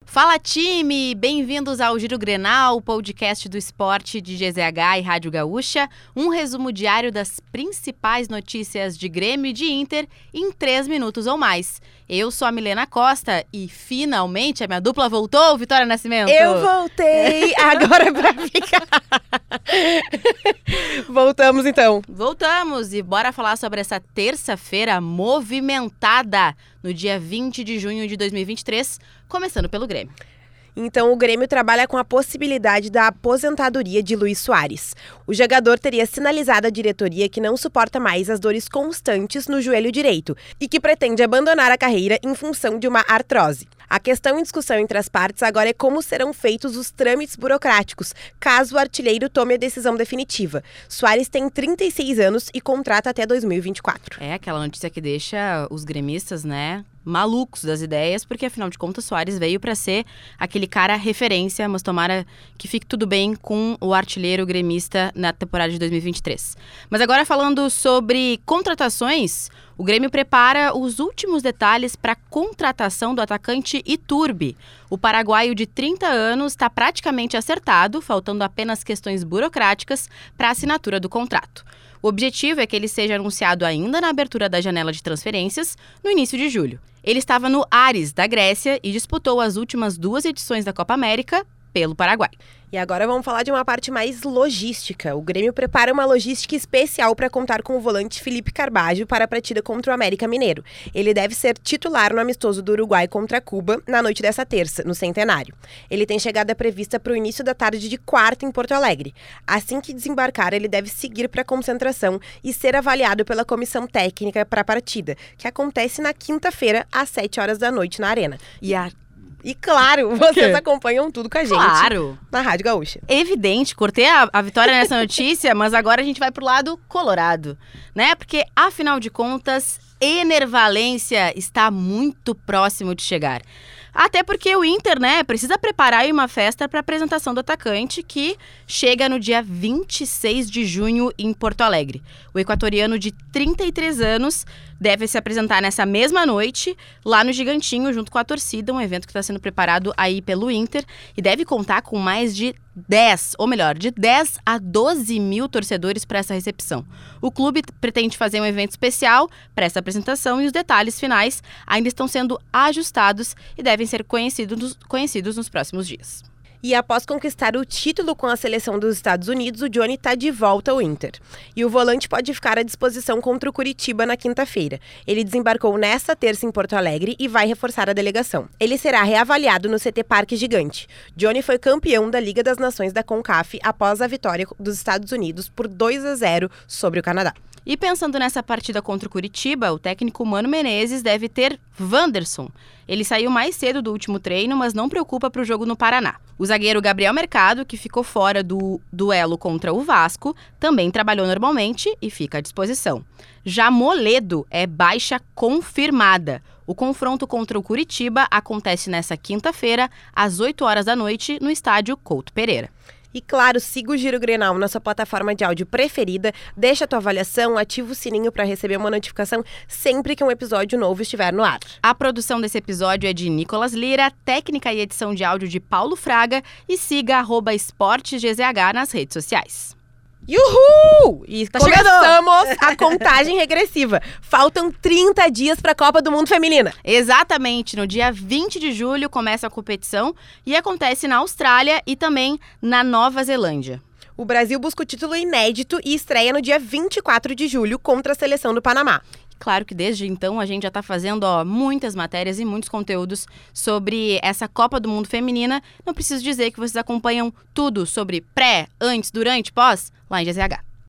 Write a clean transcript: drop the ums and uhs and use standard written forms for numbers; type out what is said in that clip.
Fala, time! Bem-vindos ao Giro Grenal, podcast do esporte de GZH e Rádio Gaúcha. Um resumo diário das principais notícias de Grêmio e de Inter em 3 minutos ou mais. Eu sou a Milena Costa e, finalmente, a minha dupla voltou, Vitória Nascimento. Eu voltei! Agora pra ficar. Voltamos, então. Voltamos e bora falar sobre essa terça-feira movimentada no dia 20 de junho de 2023, começando pelo Grêmio. Então, o Grêmio trabalha com a possibilidade da aposentadoria de Luís Soares. O jogador teria sinalizado à diretoria que não suporta mais as dores constantes no joelho direito e que pretende abandonar a carreira em função de uma artrose. A questão em discussão entre as partes agora é como serão feitos os trâmites burocráticos, caso o artilheiro tome a decisão definitiva. Soares tem 36 anos e contrata até 2024. É aquela notícia que deixa os gremistas, malucos das ideias, porque afinal de contas Soares veio para ser aquele cara referência, mas tomara que fique tudo bem com o artilheiro gremista na temporada de 2023. Mas agora falando sobre contratações, o Grêmio prepara os últimos detalhes para a contratação do atacante Iturbe. O paraguaio de 30 anos está praticamente acertado, faltando apenas questões burocráticas para a assinatura do contrato. O objetivo é que ele seja anunciado ainda na abertura da janela de transferências, no início de julho. Ele estava no Ares, da Grécia, e disputou as últimas 2 edições da Copa América pelo Paraguai. E agora vamos falar de uma parte mais logística. O Grêmio prepara uma logística especial para contar com o volante Felipe Carbajo para a partida contra o América Mineiro. Ele deve ser titular no amistoso do Uruguai contra Cuba na noite dessa terça, no Centenário. Ele tem chegada prevista para o início da tarde de quarta em Porto Alegre. Assim que desembarcar, ele deve seguir para a concentração e ser avaliado pela comissão técnica para a partida, que acontece na quinta-feira, às 7 horas da noite, na Arena. E claro, vocês acompanham tudo com a gente. Claro. Na Rádio Gaúcha. Evidente, cortei a Vitória nessa notícia, mas agora a gente vai pro lado colorado, Porque, afinal de contas, Enervalência está muito próximo de chegar. Até porque o Inter, precisa preparar aí uma festa para a apresentação do atacante que chega no dia 26 de junho em Porto Alegre. O equatoriano de 33 anos deve se apresentar nessa mesma noite lá no Gigantinho, junto com a torcida, um evento que está sendo preparado aí pelo Inter e deve contar com mais de 10 a 12 mil torcedores para essa recepção. O clube pretende fazer um evento especial para essa apresentação e os detalhes finais ainda estão sendo ajustados e devem ser conhecidos nos próximos dias. E após conquistar o título com a seleção dos Estados Unidos, o Johnny está de volta ao Inter. E o volante pode ficar à disposição contra o Curitiba na quinta-feira. Ele desembarcou nesta terça em Porto Alegre e vai reforçar a delegação. Ele será reavaliado no CT Parque Gigante. Johnny foi campeão da Liga das Nações da CONCACAF após a vitória dos Estados Unidos por 2-0 sobre o Canadá. E pensando nessa partida contra o Curitiba, o técnico Mano Menezes deve ter Wanderson. Ele saiu mais cedo do último treino, mas não preocupa para o jogo no Paraná. O zagueiro Gabriel Mercado, que ficou fora do duelo contra o Vasco, também trabalhou normalmente e fica à disposição. Já Moledo é baixa confirmada. O confronto contra o Curitiba acontece nessa quinta-feira, às 8 horas da noite, no estádio Couto Pereira. E claro, siga o Giro Grenal na sua plataforma de áudio preferida, deixa a tua avaliação, ativa o sininho para receber uma notificação sempre que um episódio novo estiver no ar. A produção desse episódio é de Nicolas Lira, técnica e edição de áudio de Paulo Fraga e siga @esportesgzh nas redes sociais. Uhul! E começamos a contagem regressiva. Faltam 30 dias para a Copa do Mundo Feminina. Exatamente. No dia 20 de julho começa a competição e acontece na Austrália e também na Nova Zelândia. O Brasil busca o título inédito e estreia no dia 24 de julho contra a seleção do Panamá. Claro que desde então a gente já está fazendo muitas matérias e muitos conteúdos sobre essa Copa do Mundo Feminina. Não preciso dizer que vocês acompanham tudo sobre pré, antes, durante, pós, lá em GZH.